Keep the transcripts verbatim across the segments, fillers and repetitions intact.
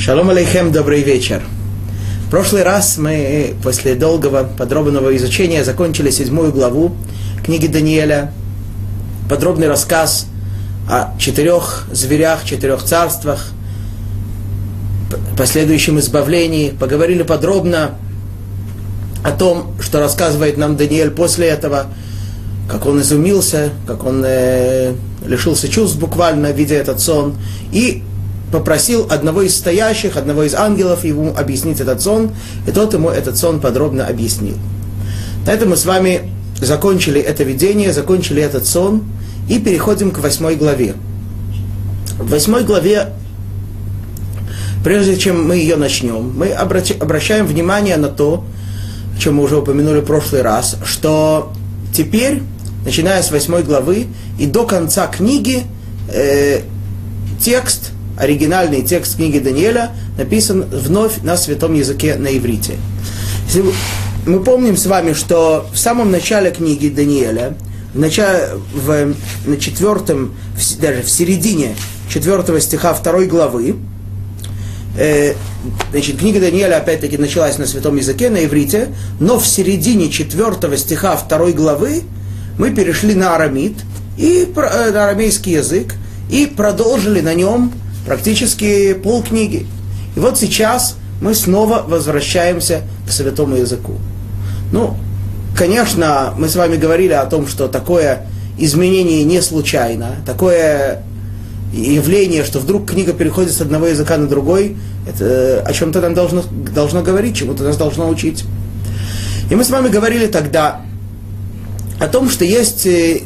Шалом алейхем, добрый вечер. В прошлый раз мы после долгого подробного изучения закончили седьмую главу книги Даниэля. Подробный рассказ о четырех зверях, четырех царствах, последующем избавлении. Поговорили подробно о том, что рассказывает нам Даниэль после этого, как он изумился, как он э, лишился чувств буквально, видя этот сон, и попросил одного из стоящих, одного из ангелов ему объяснить этот сон, и тот ему этот сон подробно объяснил. На этом мы с вами закончили это видение, закончили этот сон, и переходим к восьмой главе. В восьмой главе, прежде чем мы ее начнем, мы обращаем внимание на то, о чем мы уже упомянули в прошлый раз, что теперь, начиная с восьмой главы и до конца книги, э, текст, оригинальный текст книги Даниэля написан вновь на святом языке, на иврите. Мы помним с вами, что в самом начале книги Даниэля, в начале, в, на четвертом, в, даже в середине четвертого стиха второй главы, э, значит, книга Даниэля опять-таки началась на святом языке, на иврите, но в середине четвертого стиха второй главы мы перешли на арамит, и, э, на арамейский язык, и продолжили на нем практически полкниги. И вот сейчас мы снова возвращаемся к святому языку. Ну, конечно, мы с вами говорили о том, что такое изменение не случайно, такое явление, что вдруг книга переходит с одного языка на другой, это о чем-то нам должно, должно говорить, чему-то нас должно учить. И мы с вами говорили тогда о том, что есть,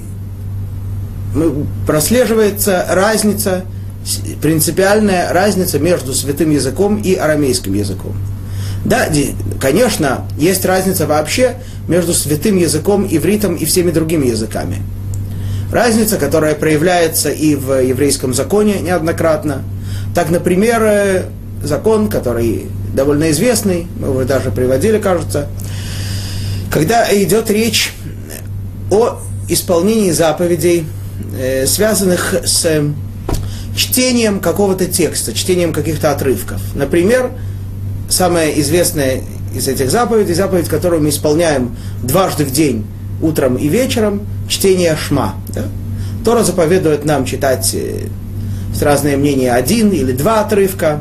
прослеживается разница, принципиальная разница между святым языком и арамейским языком. Да, конечно, есть разница вообще между святым языком, ивритом и всеми другими языками. Разница, которая проявляется и в еврейском законе неоднократно. Так, например, закон, который довольно известный, мы его даже приводили, кажется, когда идет речь о исполнении заповедей, связанных с чтением какого-то текста, чтением каких-то отрывков. Например, самая известная из этих заповедей, заповедь, которую мы исполняем дважды в день, утром и вечером, чтение Шма. Да? Тора заповедует нам читать, с разные мнения, один или два отрывка.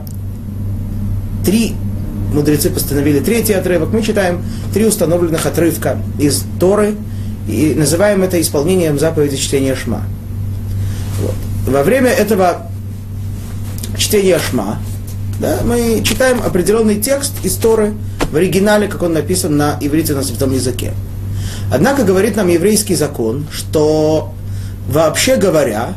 Три мудрецы постановили третий отрывок. Мы читаем три установленных отрывка из Торы и называем это исполнением заповеди чтения Шма. Вот. Во время этого чтения Шма, да, мы читаем определенный текст из Торы в оригинале, как он написан на иврите, на святом языке. Однако говорит нам еврейский закон, что, вообще говоря,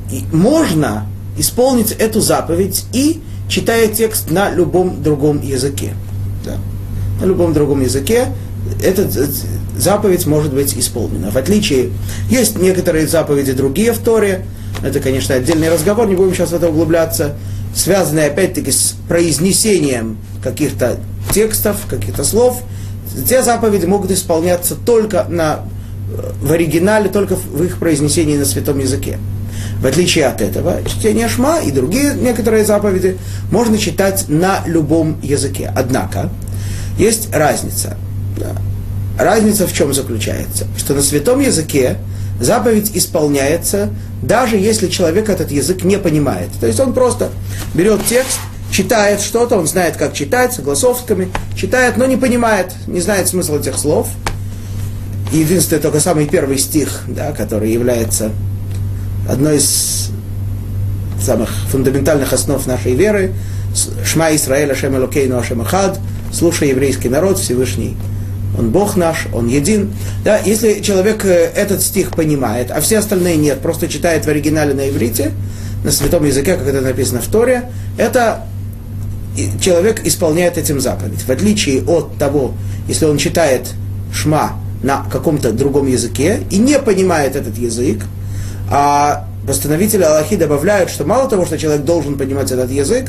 можно исполнить эту заповедь и читая текст на любом другом языке. Да. На любом другом языке эта заповедь может быть исполнена. В отличие, есть некоторые заповеди другие в Торе, это, конечно, отдельный разговор, не будем сейчас в это углубляться, связанные, опять-таки, с произнесением каких-то текстов, каких-то слов. Те заповеди могут исполняться только на, в оригинале, только в их произнесении на святом языке. В отличие от этого, чтение Шма и другие некоторые заповеди можно читать на любом языке. Однако, есть разница. Да. Разница в чем заключается? Что на святом языке заповедь исполняется, даже если человек этот язык не понимает. То есть он просто берет текст, читает что-то, он знает, как читать, согласовками, читает, но не понимает, не знает смысла этих слов. Единственное, только самый первый стих, да, который является одной из самых фундаментальных основ нашей веры, «Шма Исраэль, Ашем Элокейну, Ашем Эхад», «Слушай, еврейский народ, Всевышний, Он Бог наш, Он един». Да, если человек этот стих понимает, а все остальные нет, просто читает в оригинале на иврите, на святом языке, как это написано в Торе, это человек исполняет этим заповедь. В отличие от того, если он читает Шма на каком-то другом языке и не понимает этот язык, а постановители Аллахи добавляют, что мало того, что человек должен понимать этот язык,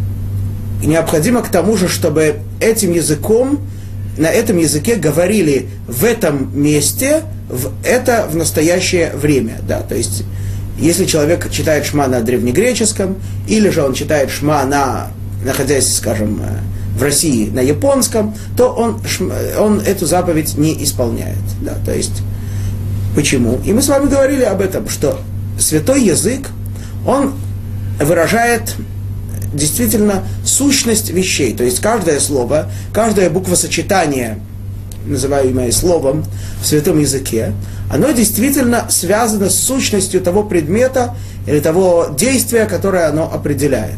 необходимо к тому же, чтобы этим языком, на этом языке говорили в этом месте, в это в настоящее время. Да? То есть, если человек читает Шма на древнегреческом, или же он читает Шма на находясь, скажем, в России на японском, то он, он эту заповедь не исполняет. Да, то есть, почему? И мы с вами говорили об этом, что святой язык, он выражает действительно сущность вещей. То есть каждое слово, каждое буквосочетание, называемое словом в святом языке, оно действительно связано с сущностью того предмета или того действия, которое оно определяет.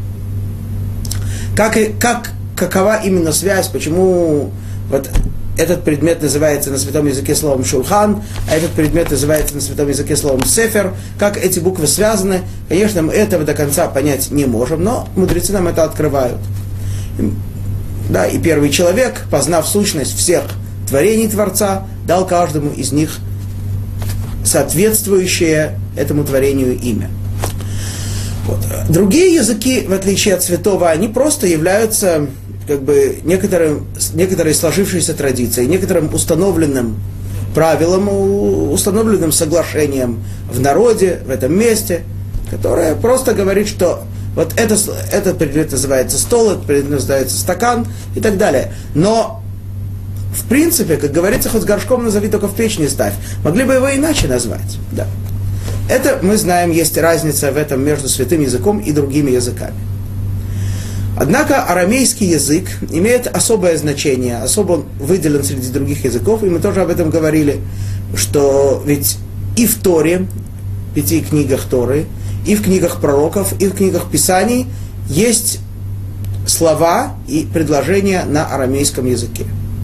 Как, и, как, какова именно связь, почему вот этот предмет называется на святом языке словом «шулхан», а этот предмет называется на святом языке словом «сефер», как эти буквы связаны, конечно, мы этого до конца понять не можем, но мудрецы нам это открывают. Да, и первый человек, познав сущность всех творений Творца, дал каждому из них соответствующее этому творению имя. Вот. Другие языки, в отличие от святого, они просто являются как бы некоторым, некоторой сложившейся традицией, некоторым установленным правилом, установленным соглашением в народе, в этом месте, которое просто говорит, что вот это, этот предмет называется стол, этот предмет называется стакан и так далее. Но в принципе, как говорится, хоть с горшком назови, только в печь не ставь. Могли бы его иначе назвать. Да. Это, мы знаем, есть разница в этом между святым языком и другими языками. Однако арамейский язык имеет особое значение, особо выделен среди других языков, и мы тоже об этом говорили, что ведь и в Торе, в пяти книгах Торы, и в книгах пророков, и в книгах Писаний есть слова и предложения на арамейском языке.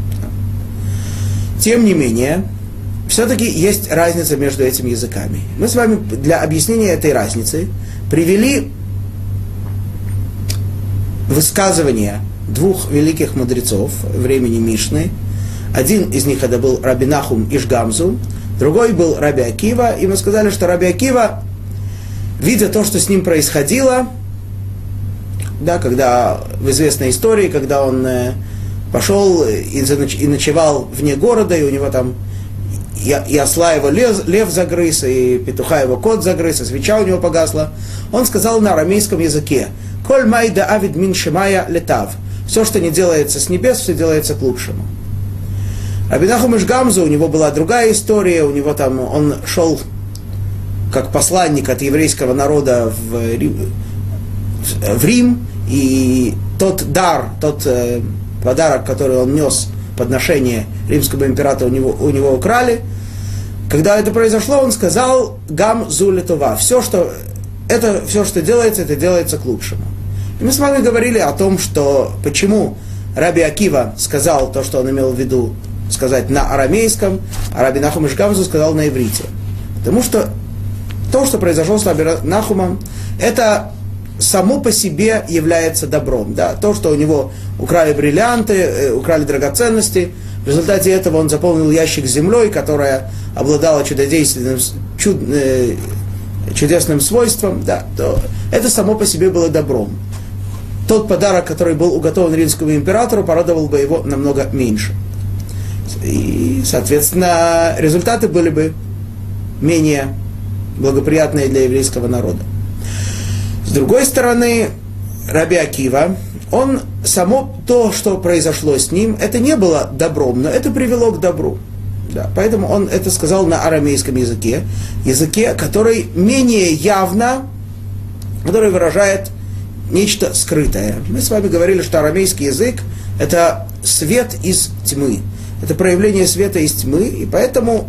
Тем не менее, все-таки есть разница между этими языками. Мы с вами для объяснения этой разницы привели высказывания двух великих мудрецов времени Мишны. Один из них это был Раби Нахум иш Гамзу, другой был Раби Акива, и мы сказали, что Раби Акива, видя то, что с ним происходило, да, когда в известной истории, когда он э, пошел и, и ночевал вне города, и у него там и, и осла его лев, лев загрыз, и петуха его кот загрыз, и свеча у него погасла, он сказал на арамейском языке: «Коль майда авид мин шимая летав». Все, что не делается с небес, все делается к лучшему. Раби Нахум иш Гамзу, у него была другая история, у него там, он шел как посланник от еврейского народа в Рим, в Рим, и тот дар, тот э, подарок, который он нес подношение римского императора, у него, у него украли. Когда это произошло, он сказал: «Гам зу летува». Все, что, это, все, что делается, это делается к лучшему. И мы с вами говорили о том, что почему Раби Акива сказал то, что он имел в виду сказать на арамейском, а Раби Нахум иш Гамзу сказал на иврите. Потому что то, что произошло с Раби Нахумом, это само по себе является добром. Да? То, что у него украли бриллианты, украли драгоценности, в результате этого он заполнил ящик землей, которая обладала чудодейственным, чуд, э, чудесным свойством, да, то это само по себе было добром. Тот подарок, который был уготован римскому императору, порадовал бы его намного меньше. И, соответственно, результаты были бы менее благоприятные для еврейского народа. С другой стороны, Раби Акива, он, само то, что произошло с ним, это не было добром, но это привело к добру. Да, поэтому он это сказал на арамейском языке, языке, который менее явно, который выражает нечто скрытое. Мы с вами говорили, что арамейский язык – это свет из тьмы. Это проявление света из тьмы, и поэтому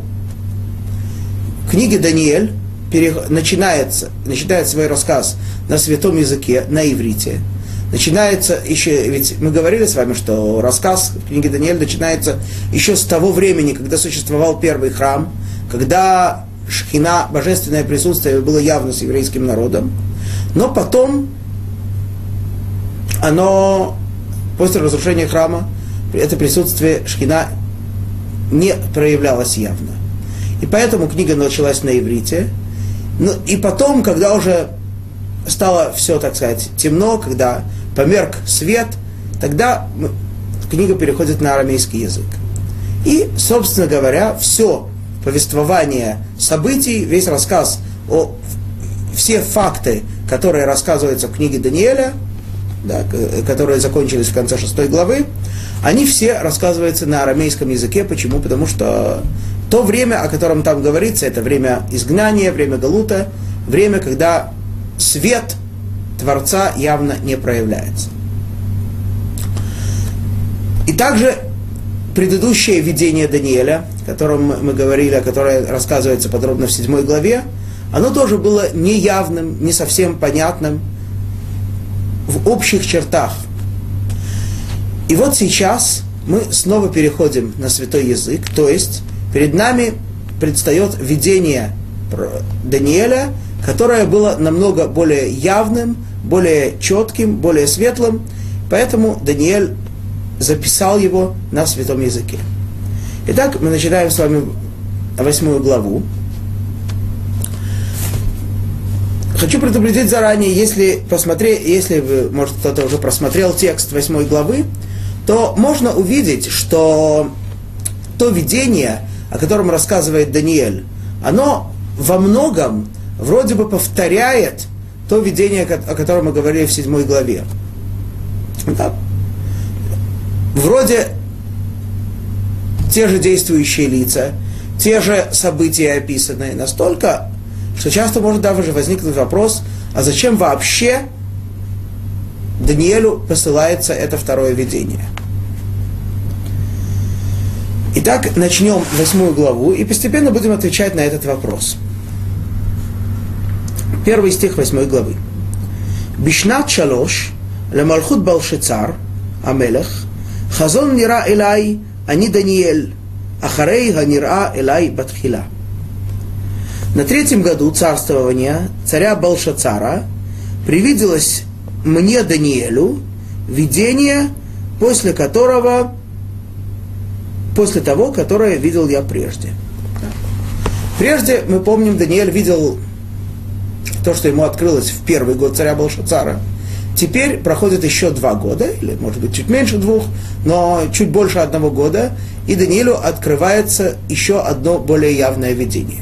в книге Даниэль начинается, начинает свой рассказ на святом языке, на иврите. Начинается еще, ведь мы говорили с вами, что рассказ в книге Даниэль начинается еще с того времени, когда существовал первый храм, когда шхина, божественное присутствие, было явно с еврейским народом. Но потом оно, после разрушения храма, это присутствие шхина не проявлялось явно. И поэтому книга началась на иврите. Ну, и потом, когда уже стало все, так сказать, темно, когда померк свет, тогда книга переходит на арамейский язык. И, собственно говоря, все повествование событий, весь рассказ, о, все факты, которые рассказываются в книге Даниэля, да, которые закончились в конце шестой главы, они все рассказываются на арамейском языке. Почему? Потому что то время, о котором там говорится, это время изгнания, время галута, время, когда свет Творца явно не проявляется. И также предыдущее видение Даниэля, о котором мы говорили, которое рассказывается подробно в седьмой главе, оно тоже было неявным, не совсем понятным в общих чертах. И вот сейчас мы снова переходим на святой язык, то есть перед нами предстает видение Даниэля, которое было намного более явным, более четким, более светлым, поэтому Даниэль записал его на святом языке. Итак, мы начинаем с вами восьмую главу. Хочу предупредить заранее, если посмотреть, если вы, может, кто-то уже просмотрел текст восьмой главы, то можно увидеть, что то видение, о котором рассказывает Даниэль, оно во многом вроде бы повторяет то видение, о котором мы говорили в седьмой главе. Да. Вроде те же действующие лица, те же события описанные, настолько, что часто может даже возникнуть вопрос, а зачем вообще Даниэлю посылается это второе видение? Итак, начнем восьмую главу и постепенно будем отвечать на этот вопрос. Первый стих восьмой главы. Бишнат шалош лемалхут Белшацар амелех хазон нира элай ани Даниэль ахарей ганира элай батхила. На третьем году царствования царя Белшацара привиделось мне, Даниэлю, видение, после которого, после того, которое видел я прежде. Прежде, мы помним, Даниэль видел то, что ему открылось в первый год царя Белшацара. Теперь проходит еще два года, или, может быть, чуть меньше двух, но чуть больше одного года, и Даниэлю открывается еще одно более явное видение.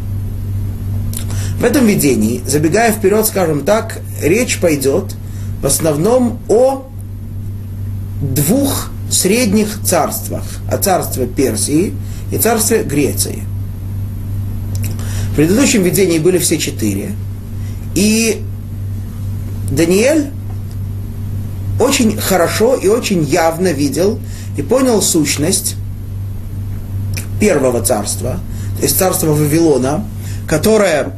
В этом видении, забегая вперед, скажем так, речь пойдет в основном о двух средних царствах, о царстве Персии и царстве Греции. В предыдущем видении были все четыре, и Даниэль очень хорошо и очень явно видел и понял сущность первого царства, то есть царства Вавилона, которое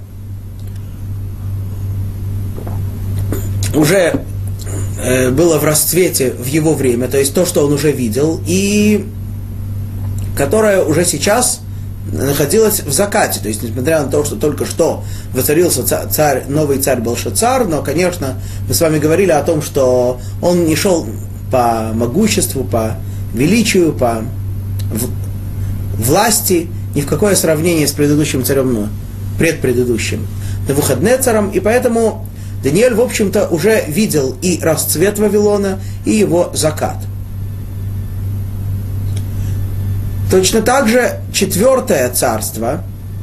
уже э, было в расцвете в его время, то есть то, что он уже видел, и которое уже сейчас находилось в закате, то есть несмотря на то, что только что воцарился царь, новый царь Белшацар, но, конечно, мы с вами говорили о том, что он не шел по могуществу, по величию, по власти, ни в какое сравнение с предыдущим царем, но предпредыдущим Навуходнецаром, и поэтому Даниэль, в общем-то, уже видел и расцвет Вавилона, и его закат. Точно так же четвертое царство,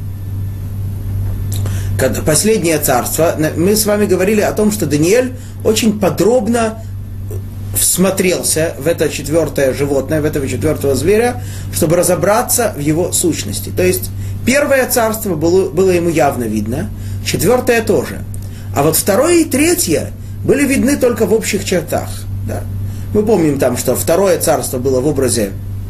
последнее царство, мы с вами говорили о том, что Даниэль очень подробно всмотрелся в это четвертое животное, в этого четвертого зверя, чтобы разобраться в его сущности. То есть первое царство было, было ему явно видно, четвертое тоже. А вот второе и третье были видны только в общих чертах. Да. Мы помним там, что второе царство было в образе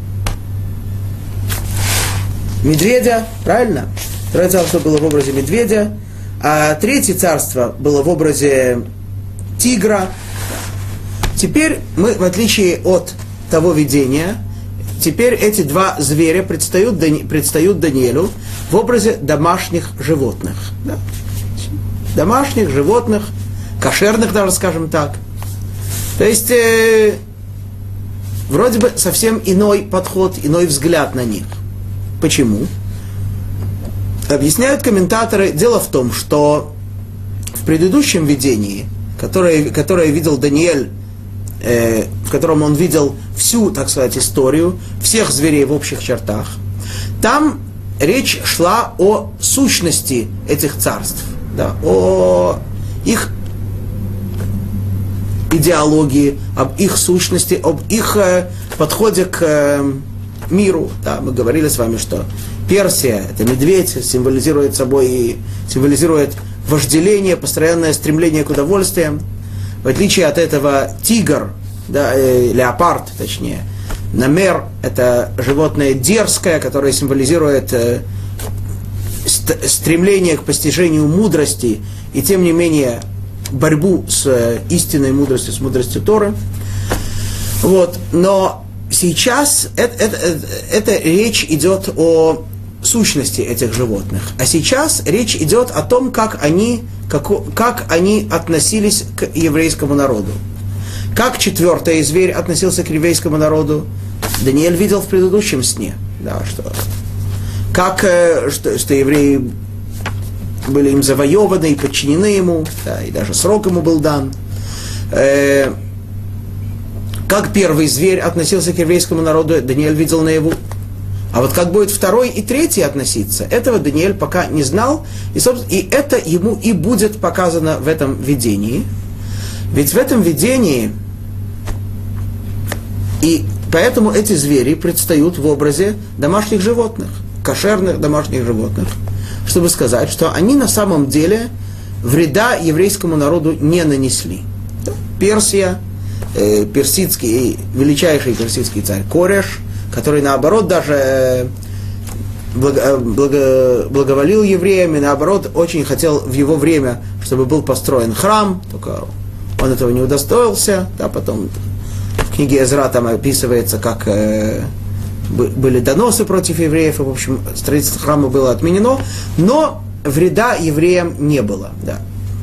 медведя, правильно? Второе царство было в образе медведя, а третье царство было в образе тигра. Теперь мы, в отличие от того видения, теперь эти два зверя предстают, предстают Даниэлю в образе домашних животных. Да? Домашних животных, кошерных даже, скажем так. То есть, э, вроде бы совсем иной подход, иной взгляд на них. Почему? Объясняют комментаторы, дело в том, что в предыдущем видении, которое, которое видел Даниэль, э, в котором он видел всю, так сказать, историю, всех зверей в общих чертах, там речь шла о сущности этих царств, да, о их идеологии, об их сущности, об их э, подходе к э, миру. Да, мы говорили с вами, что Персия, это медведь, символизирует собой, символизирует вожделение, постоянное стремление к удовольствиям. В отличие от этого тигр, да, э, леопард, точнее, намер – это животное дерзкое, которое символизирует э, ст- стремление к постижению мудрости и, тем не менее, борьбу с э, истинной мудростью, с мудростью Торы. Вот. Но сейчас это, это, это, это речь идет о сущности этих животных. А сейчас речь идет о том, как они, как, как они относились к еврейскому народу. Как четвертый зверь относился к еврейскому народу, Даниэль видел в предыдущем сне. Да, что, как, что, что евреи были им завоеваны и подчинены ему, да, и даже срок ему был дан. Э, как первый зверь относился к еврейскому народу, Даниэль видел наяву. А вот как будет второй и третий относиться, этого Даниэль пока не знал, и, собственно, и это ему и будет показано в этом видении. Ведь в этом видении, и поэтому эти звери предстают в образе домашних животных, кошерных домашних животных, чтобы сказать, что они на самом деле вреда еврейскому народу не нанесли. Персия, э, персидский, величайший персидский царь Кореш, который наоборот даже благо, благо, благоволил евреям и наоборот очень хотел в его время, чтобы был построен храм, только он этого не удостоился, да, потом в книге Эзра там описывается, как э, были доносы против евреев, и, в общем, строительство храма было отменено, но вреда евреям не было. Да.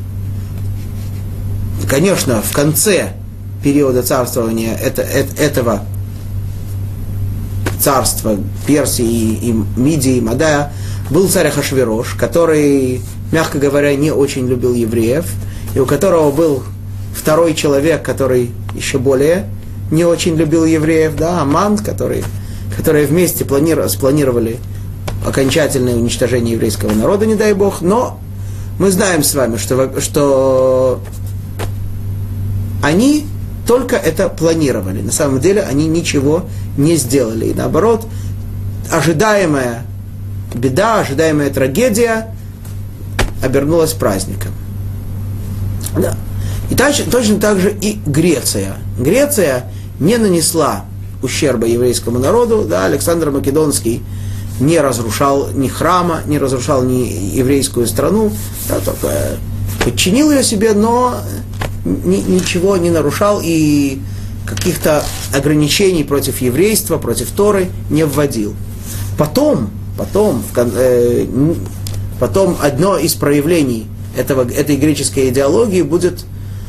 Конечно, в конце периода царствования это, это, этого царства Персии и, и Мидии, и Мадая был царь Ахашверош, который, мягко говоря, не очень любил евреев, и у которого был второй человек, который еще более не очень любил евреев, да, Аман, который, которые вместе планировали, спланировали окончательное уничтожение еврейского народа, не дай Бог, но мы знаем с вами, что, что они только это планировали. На самом деле они ничего не сделали. И наоборот, ожидаемая беда, ожидаемая трагедия обернулась праздником. Да. И точно, точно так же и Греция. Греция не нанесла ущерба еврейскому народу. Да, Александр Македонский не разрушал ни храма, не разрушал ни еврейскую страну, да, только подчинил ее себе, но ни, ничего не нарушал и каких-то ограничений против еврейства, против Торы не вводил. Потом, потом, э, потом одно из проявлений этого, этой греческой идеологии будет,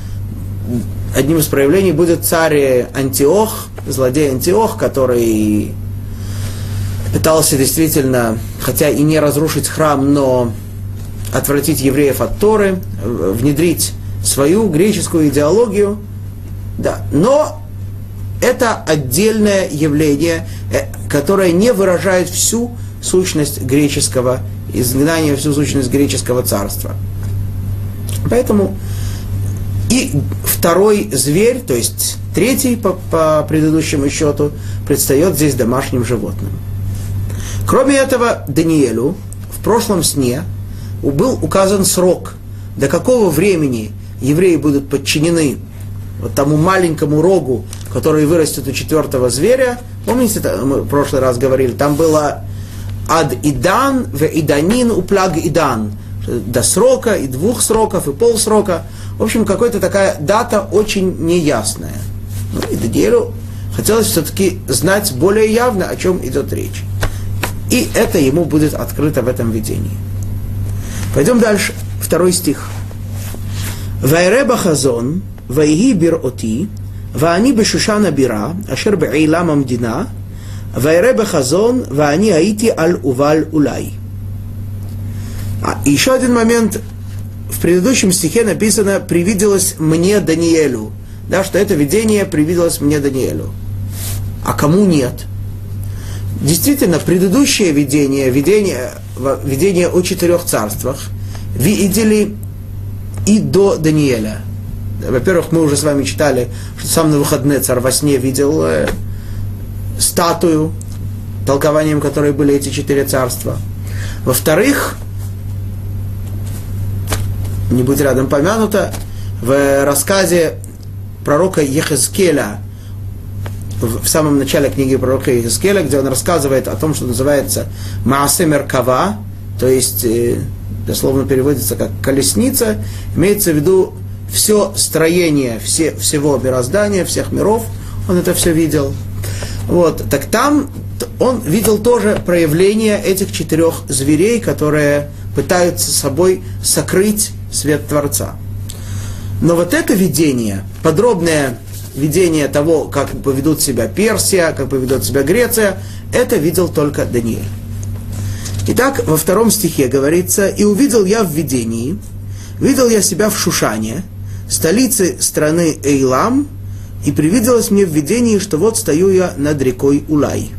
одним из проявлений будет царь Антиох, злодей Антиох, который пытался действительно, хотя и не разрушить храм, но отвратить евреев от Торы, внедрить свою греческую идеологию. Да. Но это отдельное явление, которое не выражает всю сущность греческого изгнания, всю сущность греческого царства. Поэтому и второй зверь, то есть третий по, по предыдущему счету, предстает здесь домашним животным. Кроме этого, Даниэлю в прошлом сне был указан срок, до какого времени евреи будут подчинены вот тому маленькому рогу, который вырастет у четвертого зверя. Помните, мы в прошлый раз говорили, там было ад идан, в иданин, уплаг идан. До срока, и двух сроков, и полсрока. В общем, какая-то такая дата очень неясная. Ну, и Даниэлю хотелось все-таки знать более явно, о чем идет речь. И это ему будет открыто в этом видении. Пойдем дальше. Второй стих. «Вайре бахазон, вайги бир оти, ваани бешушана бира, ашер бе'илам амдина, вайре бахазон, ваани аити аль уваль улай». А еще один момент. В предыдущем стихе написано «привиделось мне Даниэлю». Да, что это видение привиделось мне Даниэлю. А кому нет? Действительно, предыдущее видение, видение, видение о четырех царствах, видели и до Даниэля. Во-первых, мы уже с вами читали, что сам Навуходоносор во сне видел э, статую, толкованием которой были эти четыре царства. Во-вторых, не будь рядом помянуто, в рассказе пророка Ехезкеля, в самом начале книги пророка Ехезкеля, где он рассказывает о том, что называется Маасе Меркава, то есть, дословно переводится как колесница, имеется в виду все строение все, всего мироздания, всех миров, он это все видел. Вот, так там он видел тоже проявление этих четырех зверей, которые пытаются собой сокрыть свет Творца. Но вот это видение, подробное видение того, как поведут себя Персия, как поведет себя Греция, это видел только Даниил. Итак, во втором стихе говорится: «И увидел я в видении, видел я себя в Шушане, столице страны Эйлам, и привиделось мне в видении, что вот стою я над рекой Улай».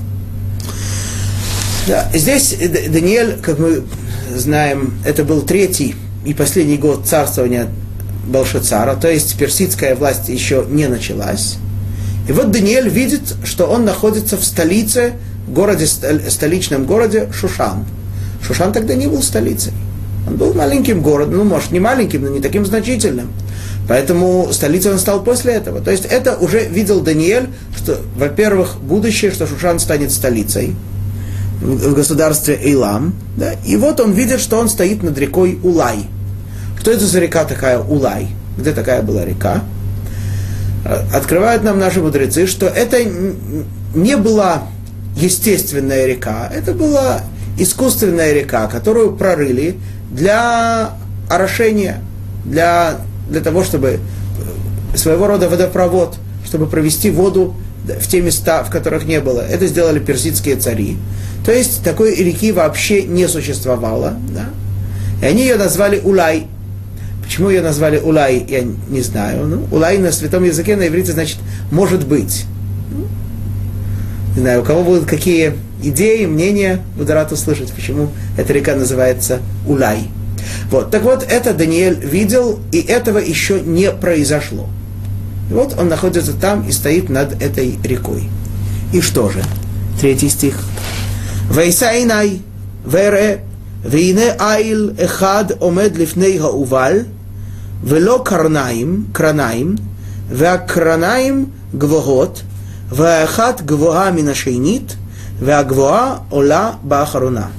Да, здесь Даниил, как мы знаем, это был третий и последний год царствования Белшацара, то есть персидская власть еще не началась. И вот Даниил видит, что он находится в столице, в городе, столичном городе Шушан. Шушан тогда не был столицей. Он был маленьким городом, ну, может, не маленьким, но не таким значительным. Поэтому столицей он стал после этого. То есть это уже видел Даниил, что, во-первых, будущее, что Шушан станет столицей в государстве Эйлам. Да? И вот он видит, что он стоит над рекой Улай. Что это за река такая Улай? Где такая была река? Открывают нам наши мудрецы, что это не была естественная река, это была искусственная река, которую прорыли для орошения, для, для того, чтобы своего рода водопровод, чтобы провести воду в те места, в которых не было. Это сделали персидские цари. То есть такой реки вообще не существовало. Да? И они ее назвали Улай. Почему ее назвали Улай, я не знаю. Ну, Улай на святом языке, на иврите, значит «может быть». Ну, не знаю, у кого будут какие идеи, мнения, буду рад услышать, почему эта река называется Улай. Вот, так вот, это Даниил видел, и этого еще не произошло. И вот он находится там и стоит над этой рекой. И что же? Третий стих. «Вейсайнай, вере, вейне айл эхад омед лифней хауваль, вело карнаим, кранаим, веакранаим гвогот, веахат гвоа минашейнит, веагвоа ола баахаруна».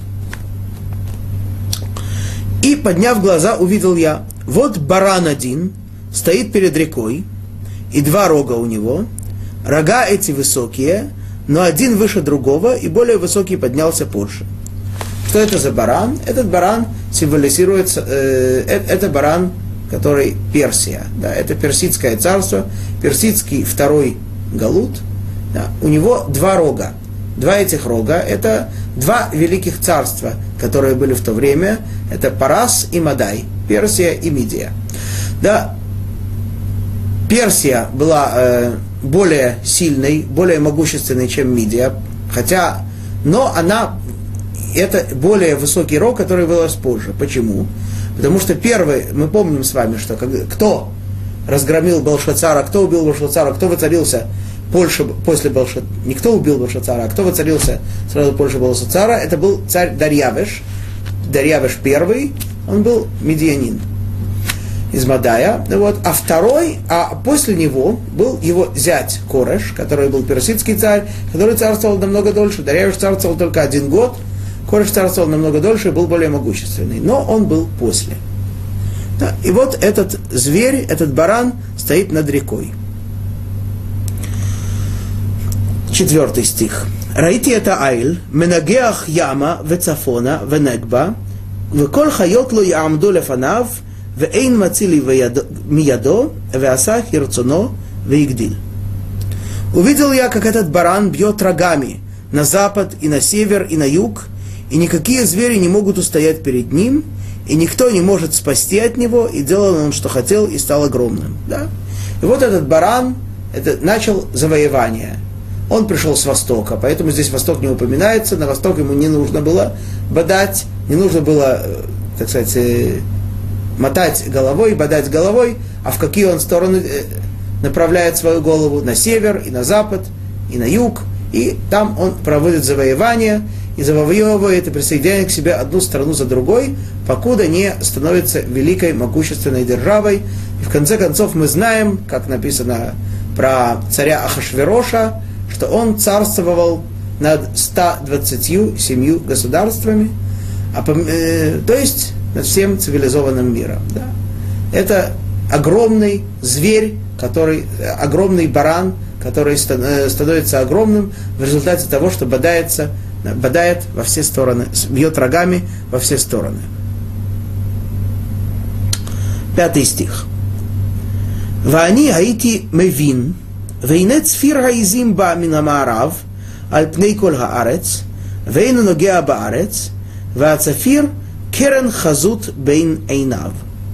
«И, подняв глаза, увидел я, вот баран один стоит перед рекой, и два рога у него, рога эти высокие, но один выше другого, и более высокий поднялся позже». Что это за баран? Этот баран символизируется, э, это баран, который Персия, да, это персидское царство, персидский второй галут, да, у него два рога. Два этих рога – это два великих царства, которые были в то время, это Парас и Мадай, Персия и Мидия. Да, Персия была э, более сильной, более могущественной, чем Мидия, хотя, но она, это более высокий рог, который вырос позже. Почему? Потому что первый, мы помним с вами, что когда, кто разгромил Белшацара, кто убил Белшацара, кто воцарился Польша, после Белшацара, не кто убил Белшацара, а кто воцарился сразу после Белшацара, это был царь Дарьявеш, Дарьявеш первый, он был медианин из Мадая, вот, а второй, а после него был его зять Кореш, который был персидский царь, который царствовал намного дольше. Дарьявеш царствовал только один год, Кореш царствовал намного дольше и был более могущественный, но он был после. Да, и вот этот зверь, этот баран стоит над рекой. Четвертый стих. «Раити это айл, менагеах яма, вецафона, венегба, веколь хайот ло яамду лефанав, веэйн мацили миядо, веаса хирцоно, веигдиль». «Увидел я, как этот баран бьет рогами на запад и на север и на юг, и никакие звери не могут устоять перед ним, и никто не может спасти от него, и делал он, что хотел, и стал огромным». Да? И вот этот баран это, начал завоевание. Он пришел с востока, поэтому здесь восток не упоминается, на восток ему не нужно было бодать, не нужно было, так сказать, мотать головой, бодать головой, а в какие он стороны направляет свою голову? На север, и на запад, и на юг, и там он проводит завоевание, и завоевывает и присоединяет к себе одну страну за другой, покуда не становится великой, могущественной державой. И в конце концов мы знаем, как написано про царя Ахашвероша, что он царствовал над ста двадцатью семью государствами, а, э, то есть над всем цивилизованным миром. Да. Это огромный зверь, который, огромный баран, который становится огромным в результате того, что бодается, бодает во все стороны, бьет рогами во все стороны. Пятый стих. «Ваани хаити мевин, вейне цфир хаизим ба мин хамаарав, аль пней кол хаарец, вейну ногеа баарец, ваацафир керен хазут бейн эйнав».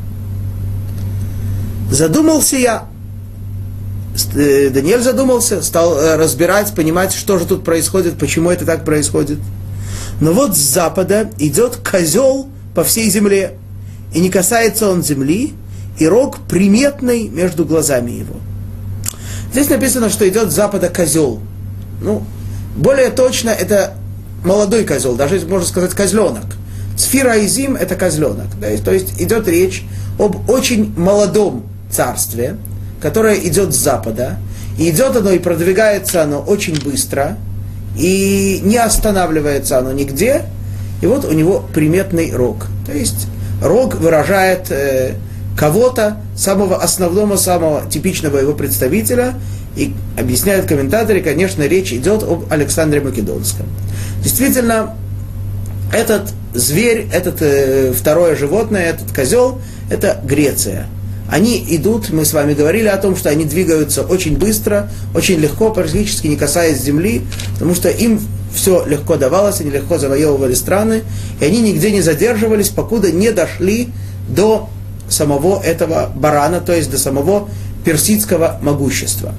Задумался я, Даниэль задумался, стал разбирать, понимать, что же тут происходит, почему это так происходит. Но вот с запада идет козел по всей земле, и не касается он земли, и рог приметный между глазами его. Здесь написано, что идет с запада козел. Ну, более точно, это молодой козел, даже можно сказать козленок. Цфир хаизим – это козленок. Да, то есть идет речь об очень молодом царстве, которое идет с запада, и идет оно и продвигается оно очень быстро, и не останавливается оно нигде, и вот у него приметный рог. То есть рог выражает э, кого-то, самого основного, самого типичного его представителя, и объясняют комментаторы, конечно, речь идет об Александре Македонском. Действительно, этот зверь, этот э, второе животное, этот козел, это Греция. Они идут, мы с вами говорили о том, что они двигаются очень быстро, очень легко, практически не касаясь земли, потому что им все легко давалось, они легко завоевывали страны, и они нигде не задерживались, покуда не дошли до самого этого барана, то есть до самого персидского могущества.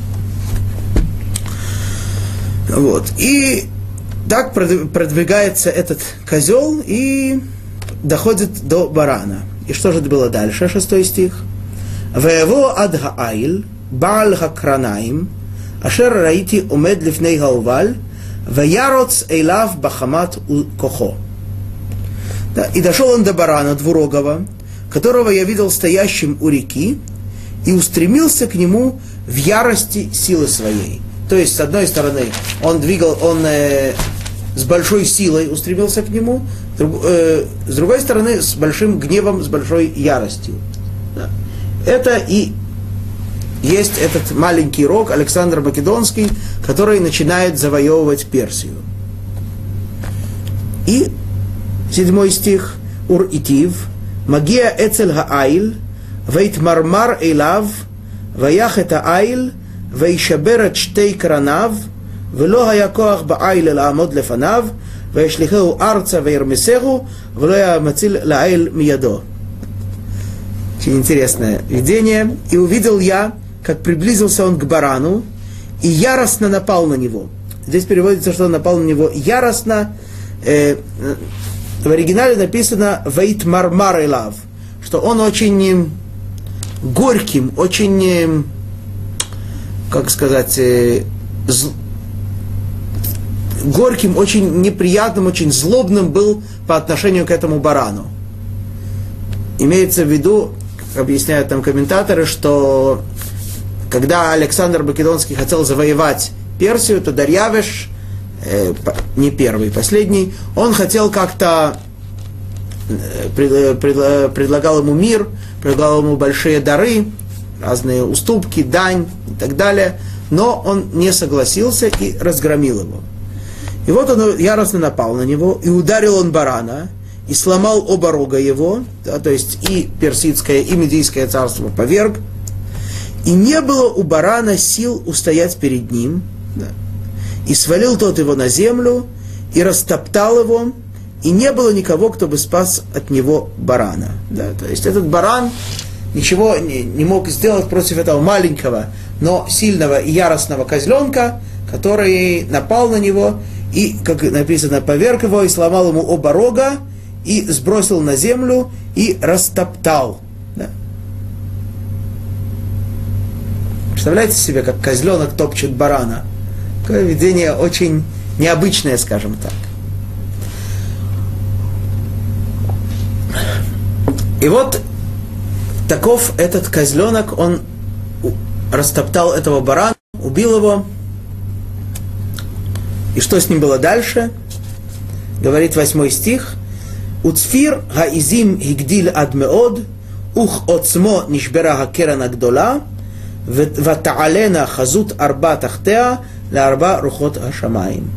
Вот. И так продвигается этот козел и доходит до барана. И что же было дальше? Шестой стих. «Веево ад ха'айл, ба'ал хакранаим, ашер раити умед лифней хауваль, веяроц эйлав бахамат кохо». И дошел он до барана двурогого, которого я видел стоящим у реки, и устремился к нему в ярости силы своей. То есть, с одной стороны, он двигал, он э, с большой силой устремился к нему, друг, э, с другой стороны, с большим гневом, с большой яростью. Да. Это и есть этот маленький рог, Александр Македонский, который начинает завоевывать Персию. И седьмой стих. Ур-итив, магия эцель ха'айл, вейт мармар эйлав, ваях это айл, вейшаберет штей кранав, ולא היה כוח בעיל לעמוד לפניו, וישליחהו ארצה וירמסהו, ולא היה מציל לעיל מידו. Очень интересное видение. И увидел я, как приблизился он к барану, и яростно напал на него. Здесь переводится, что он напал на него яростно. Э, в оригинале написано «вейт мармар элав», что он очень горьким, очень, как сказать, зл... горьким, очень неприятным, очень злобным был по отношению к этому барану. Имеется в виду, объясняют там комментаторы, что когда Александр Македонский хотел завоевать Персию, то Дарьявеш, э, не первый, последний, он хотел как-то, э, пред, пред, предлагал ему мир, предлагал ему большие дары, разные уступки, дань и так далее, но он не согласился и разгромил его. И вот он яростно напал на него, и ударил он барана, и сломал оба рога его, да, то есть и персидское, и медийское царство поверг, и не было у барана сил устоять перед ним, да, и свалил тот его на землю, и растоптал его, и не было никого, кто бы спас от него барана. Да, то есть этот баран ничего не, не мог сделать против этого маленького, но сильного и яростного козленка, который напал на него, и, как написано, поверг его и сломал ему оба рога, и сбросил на землю и растоптал. Да. Представляете себе, как козленок топчет барана? Такое видение очень необычное, скажем так. И вот таков этот козленок, он растоптал этого барана, убил его. И что с ним было дальше? Говорит восьмой стих. Уцфир хаизим хигдиль адмеод, ух оцмо нишбера хакеран агдола, ватаалена хазут арба тахтеа, ля арба рухот хашамаим.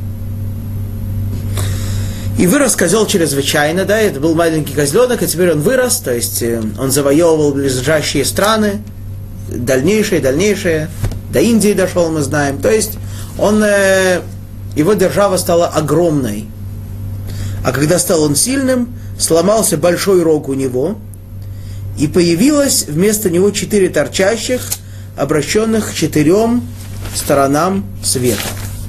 И вырос козел чрезвычайно, да, это был маленький козленок, и теперь он вырос, то есть он завоевывал ближайшие страны, дальнейшие, дальнейшие, до Индии дошел, мы знаем, то есть он, его держава стала огромной. А когда стал он сильным, сломался большой рог у него, и появилось вместо него четыре торчащих, обращенных к четырем сторонам света.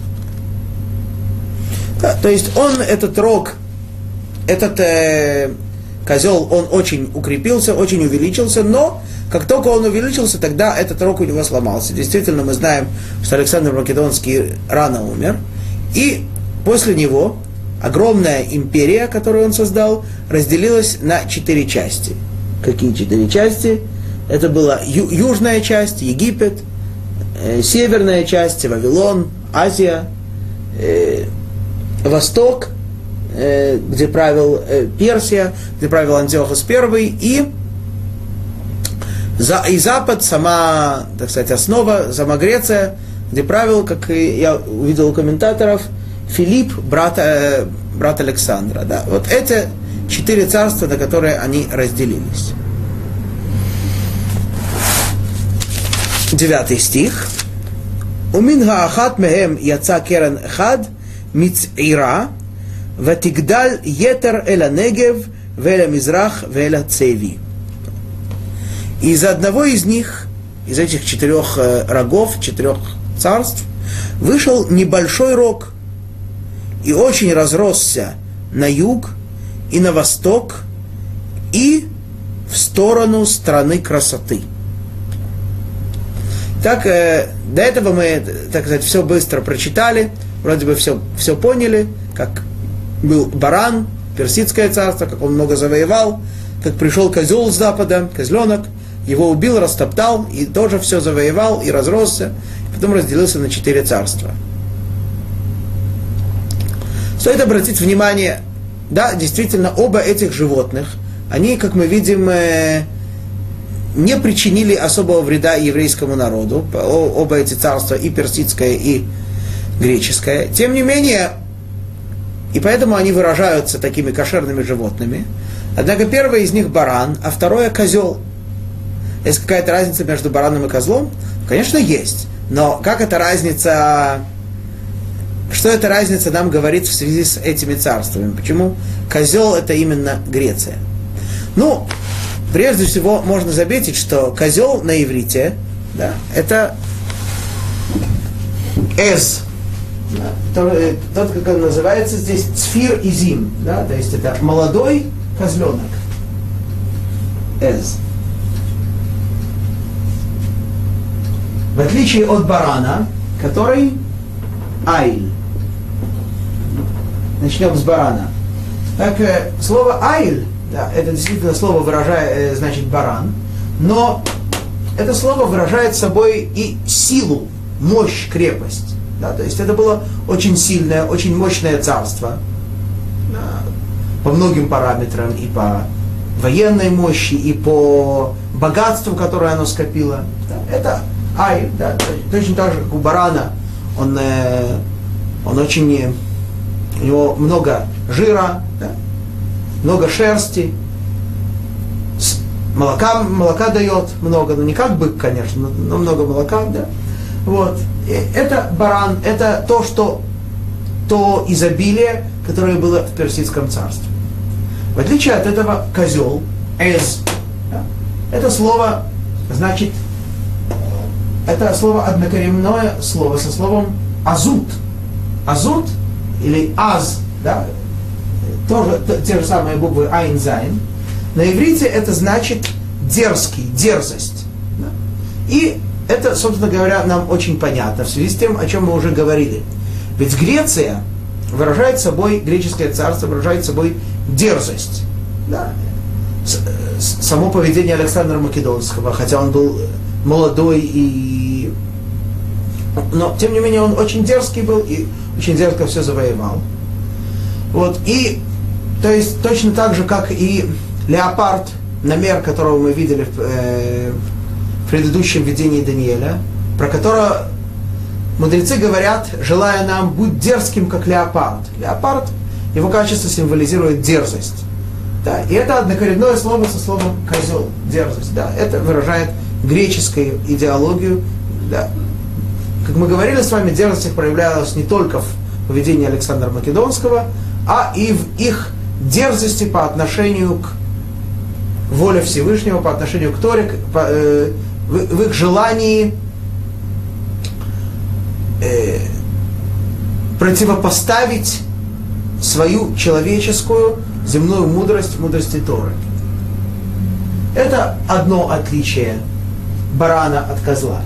Да, то есть он, этот рог, этот э, козел, он очень укрепился, очень увеличился, но как только он увеличился, тогда этот рог у него сломался. Действительно, мы знаем, что Александр Македонский рано умер, и после него огромная империя, которую он создал, разделилась на четыре части. Какие четыре части? Это была ю- южная часть, Египет, э, северная часть, Вавилон, Азия, э, Восток, э, где правил э, Персия, где правил Антиохос I, и, за, и Запад, сама, так сказать, основа, сама Греция, где правил, как я увидел у комментаторов, Филипп, брат, э, брат Александра. Да. Вот эти четыре царства, на которые они разделились. Девятый стих. Умин хаахат мехем яца керен хад мицира ватигдаль етер эла негев веля мизрах веля цеви. Из одного из них, из этих четырех рогов, четырех царств, вышел небольшой рог и очень разросся на юг и на восток и в сторону страны красоты. Так, э, до этого мы, так сказать, все быстро прочитали, вроде бы все, все поняли, как был баран, персидское царство, как он много завоевал, как пришел козел с запада, козленок, его убил, растоптал, и тоже все завоевал, и разросся, и потом разделился на четыре царства. Стоит обратить внимание, да, действительно, оба этих животных, они, как мы видим, э, не причинили особого вреда еврейскому народу, оба эти царства, и персидское, и греческое. Тем не менее, и поэтому они выражаются такими кошерными животными. Однако первое из них баран, а второе козел. Есть какая-то разница между бараном и козлом? Конечно, есть. Но как эта разница, что эта разница нам говорит в связи с этими царствами? Почему козел это именно Греция? Ну, прежде всего, можно заметить, что козел на иврите, да, это эз, да, тот, тот, как он называется здесь, цфир изим, да, то есть это молодой козленок, эз. В отличие от барана, который айль. Начнем с барана. Так, слово айль, да, это действительно слово выражает, значит, баран, но это слово выражает собой и силу, мощь, крепость. Да, то есть это было очень сильное, очень мощное царство, да, по многим параметрам, и по военной мощи, и по богатству, которое оно скопило. Да, это айль, да, точно так же, как у барана, он, он очень, у него много жира, да, много шерсти, молока, молока дает много, ну не как бык, конечно, но, но много молока, да. Вот. И это баран, это то, что, то изобилие, которое было в персидском царстве. В отличие от этого козел, эз, да, это слово, значит, это слово однокоренное слово со словом азут. Азут или аз, да, тоже те же самые буквы Айн Зайн. На иврите это значит дерзкий, дерзость. Да? И это, собственно говоря, нам очень понятно в связи с тем, о чем мы уже говорили. Ведь Греция выражает собой, греческое царство выражает собой дерзость. Да? Само поведение Александра Македонского, хотя он был молодой и... Но, тем не менее, он очень дерзкий был и очень дерзко все завоевал. Вот. И, то есть, точно так же, как и леопард, намер которого мы видели в, э, в предыдущем видении Даниэля, про которого мудрецы говорят, желая нам, будь дерзким, как леопард. Леопард, его качество символизирует дерзость. Да, и это однокоренное слово со словом козел, дерзость. Да, это выражает греческую идеологию. Да. Как мы говорили с вами, дерзость их проявлялась не только в поведении Александра Македонского, а и в их дерзости по отношению к воле Всевышнего, по отношению к Торе, по, э, в, в их желании э, противопоставить свою человеческую земную мудрость мудрости Торы. Это одно отличие барана от козла.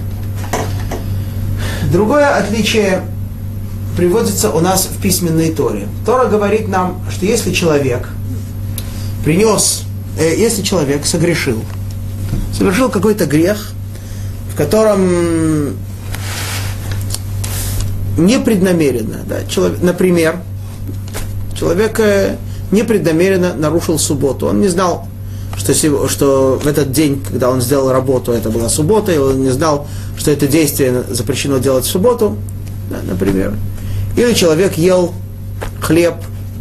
Другое отличие приводится у нас в письменной Торе. Тора говорит нам, что если человек принес, э, если человек согрешил, совершил какой-то грех, в котором непреднамеренно, да, человек, например, человек э, непреднамеренно нарушил субботу, он не знал, что, что в этот день, когда он сделал работу, это была суббота, и он не знал, что это действие запрещено делать в субботу, да, например. Или человек ел хлеб,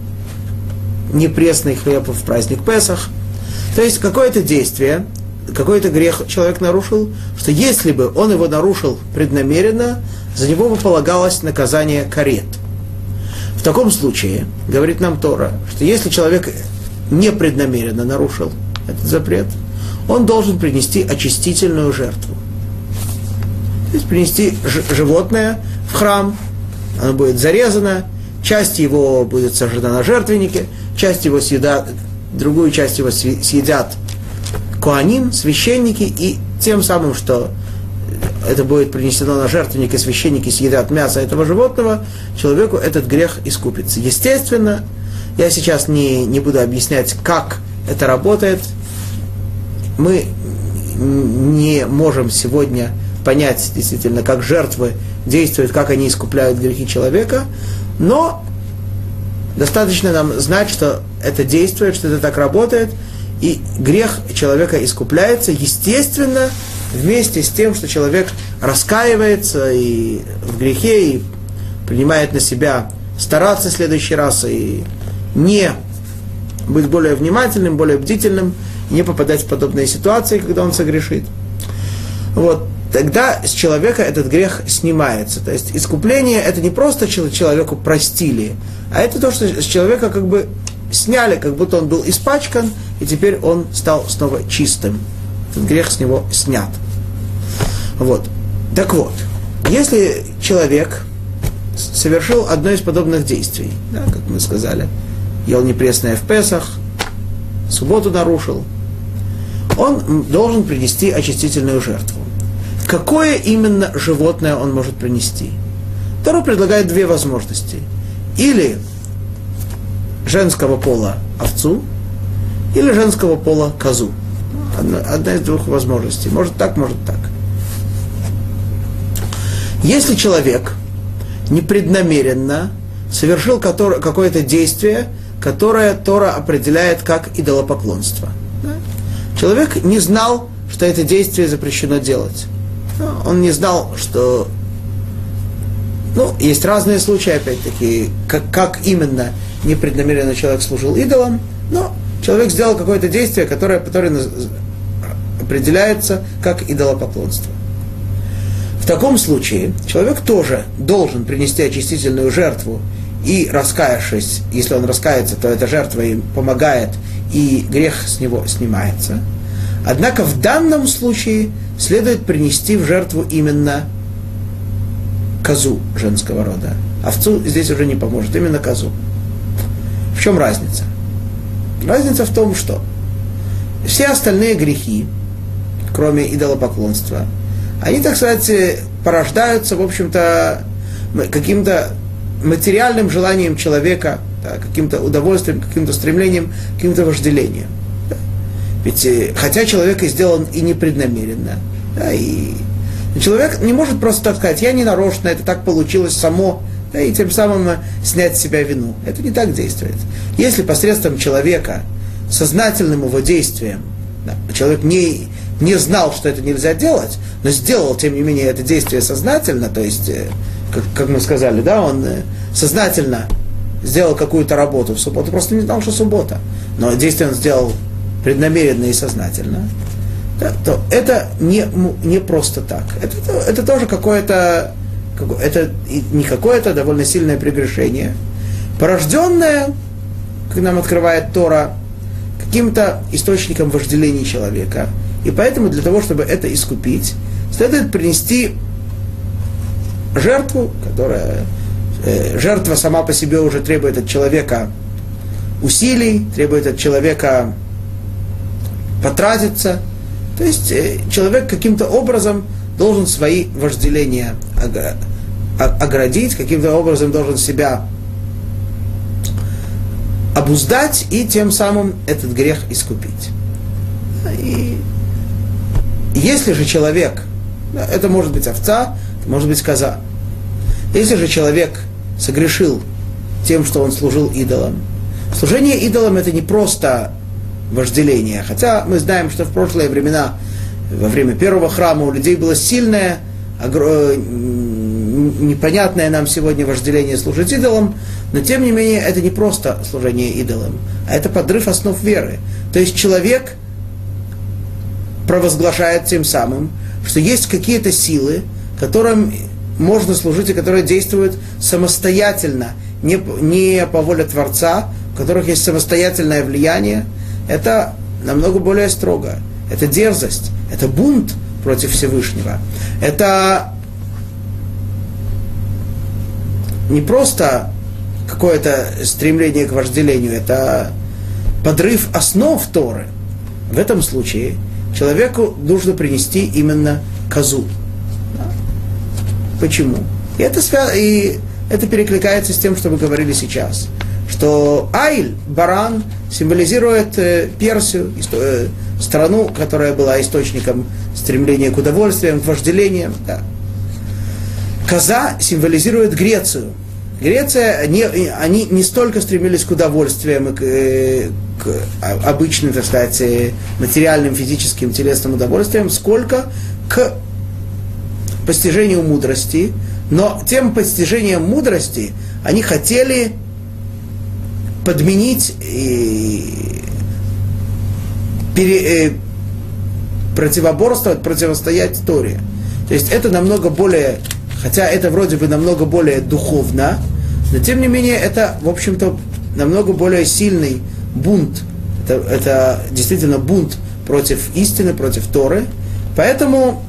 непресный хлеб в праздник Песах. То есть какое-то действие, какой-то грех человек нарушил, что если бы он его нарушил преднамеренно, за него бы полагалось наказание карет. В таком случае, говорит нам Тора, что если человек непреднамеренно нарушил этот запрет, он должен принести очистительную жертву. То есть принести ж- животное в храм, оно будет зарезано, часть его будет сожжена на жертвеннике, часть его съедат, другую часть его съедят коаним, священники, и тем самым, что это будет принесено на жертвенник, и священники съедят мясо этого животного, человеку этот грех искупится. Естественно, я сейчас не, не буду объяснять, как это работает. Мы не можем сегодня понять действительно, как жертвы действуют, как они искупляют грехи человека, но достаточно нам знать, что это действует, что это так работает, и грех человека искупляется, естественно, вместе с тем, что человек раскаивается и в грехе, и принимает на себя стараться в следующий раз, и не быть более внимательным, более бдительным, не попадать в подобные ситуации, когда он согрешит. Вот. Тогда с человека этот грех снимается. То есть искупление это не просто человеку простили, а это то, что с человека как бы сняли, как будто он был испачкан, и теперь он стал снова чистым. Этот грех с него снят. Вот. Так вот, если человек совершил одно из подобных действий, да, как мы сказали, ел непресное в Песах, субботу нарушил, он должен принести очистительную жертву. Какое именно животное он может принести? Тора предлагает две возможности. Или женского пола овцу, или женского пола козу. Одна, одна из двух возможностей. Может так, может так. Если человек непреднамеренно совершил какое-то действие, которое Тора определяет как идолопоклонство. Человек не знал, что это действие запрещено делать. Он не знал, что... Ну, есть разные случаи, опять-таки, как, как именно непреднамеренно человек служил идолам, но человек сделал какое-то действие, которое, которое определяется как идолопоклонство. В таком случае человек тоже должен принести очистительную жертву и, раскаявшись, если он раскается, то эта жертва им помогает, и грех с него снимается. Однако в данном случае следует принести в жертву именно козу женского рода. Овцу здесь уже не поможет, именно козу. В чем разница? Разница в том, что все остальные грехи, кроме идолопоклонства, они, так сказать, порождаются, в общем-то, каким-то материальным желанием человека, да, каким-то удовольствием, каким-то стремлением, каким-то вожделением. Да. Ведь хотя человек и сделан и непреднамеренно, да, и человек не может просто так сказать, я не нарочно, это так получилось само, да, и тем самым снять с себя вину. Это не так действует. Если посредством человека, сознательным его действием, да, человек не, не знал, что это нельзя делать, но сделал, тем не менее, это действие сознательно, то есть, как, как мы сказали, да, он сознательно сделал какую-то работу в субботу, просто не знал, что суббота, но действие он сделал преднамеренно и сознательно, да, то это не, не просто так. Это, это тоже какое-то, это не какое-то довольно сильное прегрешение, порожденное, как нам открывает Тора, каким-то источником вожделения человека. И поэтому для того, чтобы это искупить, следует принести жертву, которая э, жертва сама по себе уже требует от человека усилий, требует от человека потратиться. То есть э, человек каким-то образом должен свои вожделения оградить, каким-то образом должен себя обуздать и тем самым этот грех искупить. И если же человек, это может быть овца, это может быть коза, если же человек согрешил тем, что он служил идолам, служение идолам это не просто вожделение, хотя мы знаем, что в прошлые времена, во время первого храма у людей было сильное, непонятное нам сегодня вожделение служить идолам, но тем не менее это не просто служение идолам, а это подрыв основ веры. То есть человек провозглашает тем самым, что есть какие-то силы, которым можно служить и которые действуют самостоятельно, не, не по воле Творца, у которых есть самостоятельное влияние. Это намного более строго. Это дерзость, это бунт против Всевышнего. Это не просто какое-то стремление к вожделению, это подрыв основ Торы. В этом случае человеку нужно принести именно козу. Да? Почему? И это, свя... и это перекликается с тем, что мы говорили сейчас. Что Айль, баран, символизирует э, Персию, исто... э, страну, которая была источником стремления к удовольствиям, к вожделениям. Да. Коза символизирует Грецию. Греция, не, они не столько стремились к удовольствиям и к, к обычным, так сказать, материальным, физическим, телесным удовольствиям, сколько к постижению мудрости. Но тем постижением мудрости они хотели подменить и пере, э, противоборствовать, противостоять Торе. То есть это намного более, хотя это вроде бы намного более духовно, но тем не менее это, в общем-то, намного более сильный бунт. Это, это действительно бунт против истины, против Торы. Поэтому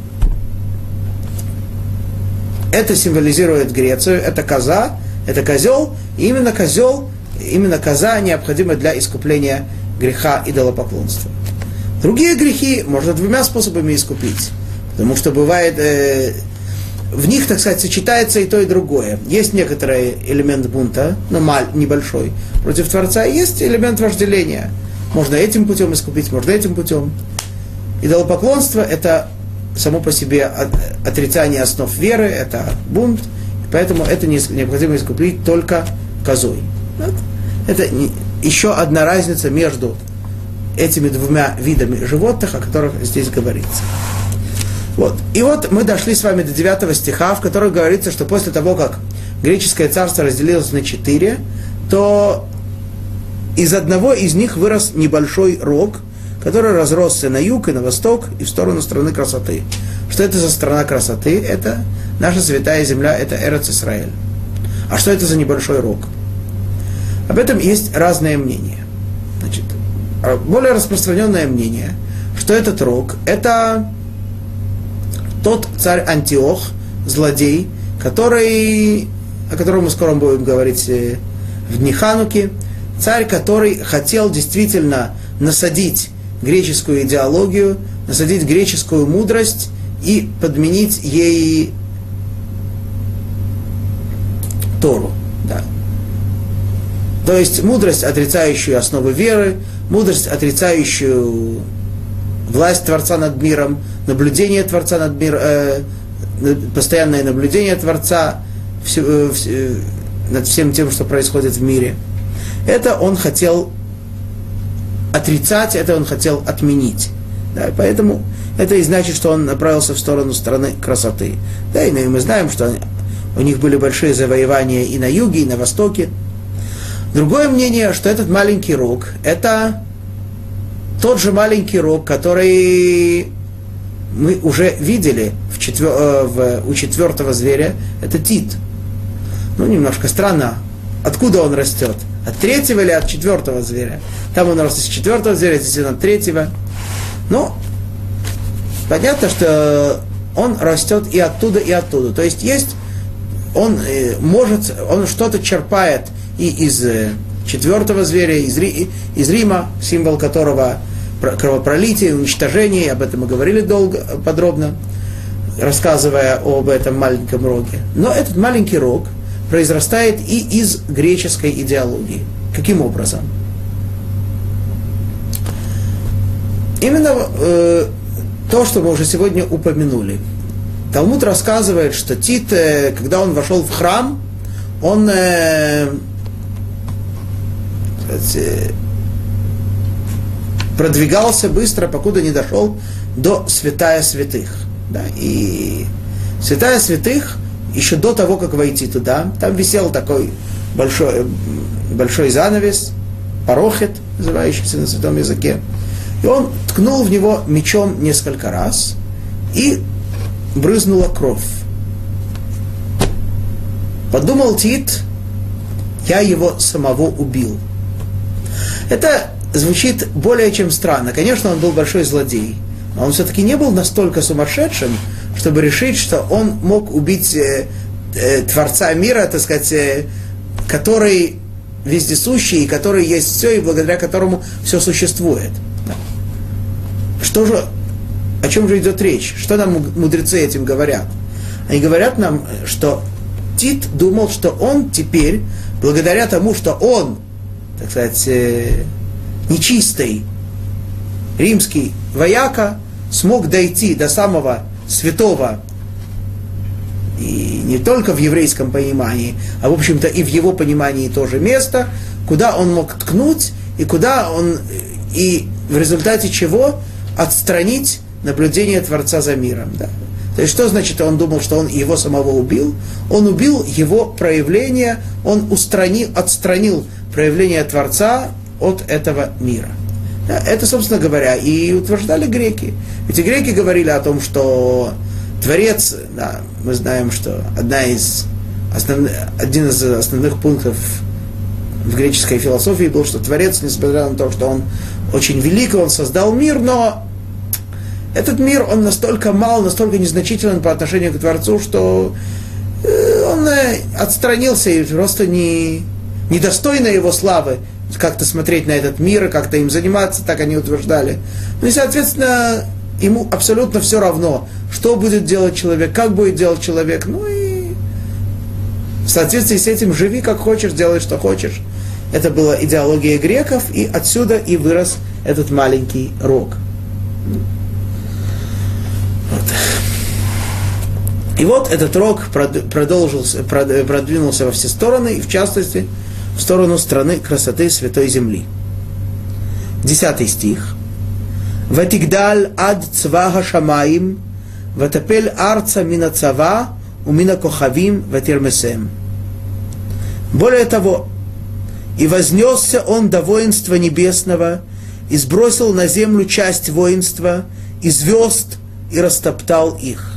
это символизирует Грецию, это коза, это козел, и именно козел, именно коза необходима для искупления греха идолопоклонства. Другие грехи можно двумя способами искупить, потому что бывает, э, в них, так сказать, сочетается и то, и другое. Есть некоторый элемент бунта, но маль, небольшой, против Творца, и есть элемент вожделения. Можно этим путем искупить, можно этим путем. Идолопоклонство – это само по себе отрицание основ веры, это бунт, и поэтому это необходимо искупить только козой. Это еще одна разница между этими двумя видами животных, о которых здесь говорится. Вот. И вот мы дошли с вами до девятого стиха, в котором говорится, что после того, как греческое царство разделилось на четыре, то из одного из них вырос небольшой рог, который разросся на юг и на восток и в сторону страны красоты. Что это за страна красоты? Это наша святая земля, это Эрец Исраэль. А что это за небольшой рог? Об этом есть разные мнения. Значит, более распространенное мнение, что этот рог – это тот царь Антиох, злодей, который, о котором мы скоро будем говорить в дни Хануки, царь, который хотел действительно насадить греческую идеологию, насадить греческую мудрость и подменить ей Тору. Да. То есть мудрость, отрицающую основы веры, мудрость, отрицающую власть Творца над миром, наблюдение Творца над миром, э, постоянное наблюдение Творца все, э, все, над всем тем, что происходит в мире. Это он хотел отрицать, это он хотел отменить. Да, поэтому это и значит, что он направился в сторону страны красоты. Да, и мы знаем, что у них были большие завоевания и на юге, и на востоке. Другое мнение, что этот маленький рог, это тот же маленький рог, который мы уже видели в четвер... в... у четвертого зверя, это Тит. Ну, немножко странно, откуда он растет? От третьего или от четвертого зверя? Там он рос из четвертого зверя, здесь он от третьего. Но понятно, что он растет и оттуда, и оттуда. То есть есть, он э, может, он что-то черпает и из э, четвертого зверя, из, Ри, из Рима, символ которого кровопролитие, уничтожение, об этом мы говорили долго, подробно, рассказывая об этом маленьком роге. Но этот маленький рог произрастает и из греческой идеологии. Каким образом? Именно э, то, что мы уже сегодня упомянули. Талмуд рассказывает, что Тит, э, когда он вошел в храм, он э, э, продвигался быстро, покуда не дошел до святая святых. Да, и святая святых, еще до того, как войти туда, там висел такой большой, большой занавес, парохет, называющийся на святом языке. И он ткнул в него мечом несколько раз, и брызнула кровь. Подумал Тит, я его самого убил. Это звучит более чем странно. Конечно, он был большой злодей, но он все-таки не был настолько сумасшедшим, чтобы решить, что он мог убить э, э, Творца мира, так сказать, э, который вездесущий, и который есть все, и благодаря которому все существует. Да. Что же, о чем же идет речь? Что нам мудрецы этим говорят? Они говорят нам, что Тит думал, что он теперь, благодаря тому, что он, так сказать, э, нечистый римский вояка, смог дойти до самого святого, и не только в еврейском понимании, а в общем-то и в его понимании тоже место, куда он мог ткнуть, и куда он, и в результате чего отстранить наблюдение Творца за миром. Да. То есть что значит, он думал, что он его самого убил? Он убил его проявление, он устранил, отстранил проявление Творца от этого мира. Да, это, собственно говоря, и утверждали греки. Ведь и греки говорили о том, что Творец, да, мы знаем, что одна из основных, один из основных пунктов в греческой философии был, что Творец, несмотря на то, что он очень велик, он создал мир, но этот мир, он настолько мал, настолько незначителен по отношению к Творцу, что он отстранился и просто не, недостойно его славы как-то смотреть на этот мир, как-то им заниматься, так они утверждали. Ну и, соответственно, ему абсолютно все равно, что будет делать человек, как будет делать человек. Ну и в соответствии с этим живи как хочешь, делай что хочешь. Это была идеология греков, и отсюда и вырос этот маленький рог. Вот. И вот этот рог продолжился, продвинулся во все стороны, и в частности в сторону страны красоты Святой Земли. Десятый стих. «Ватигдаль ад цвага шамаим, ватапель арца мина цава, у мина кохавим ватирмесем». Более того, «И вознесся он до воинства небесного, и сбросил на землю часть воинства, и звезд, и растоптал их».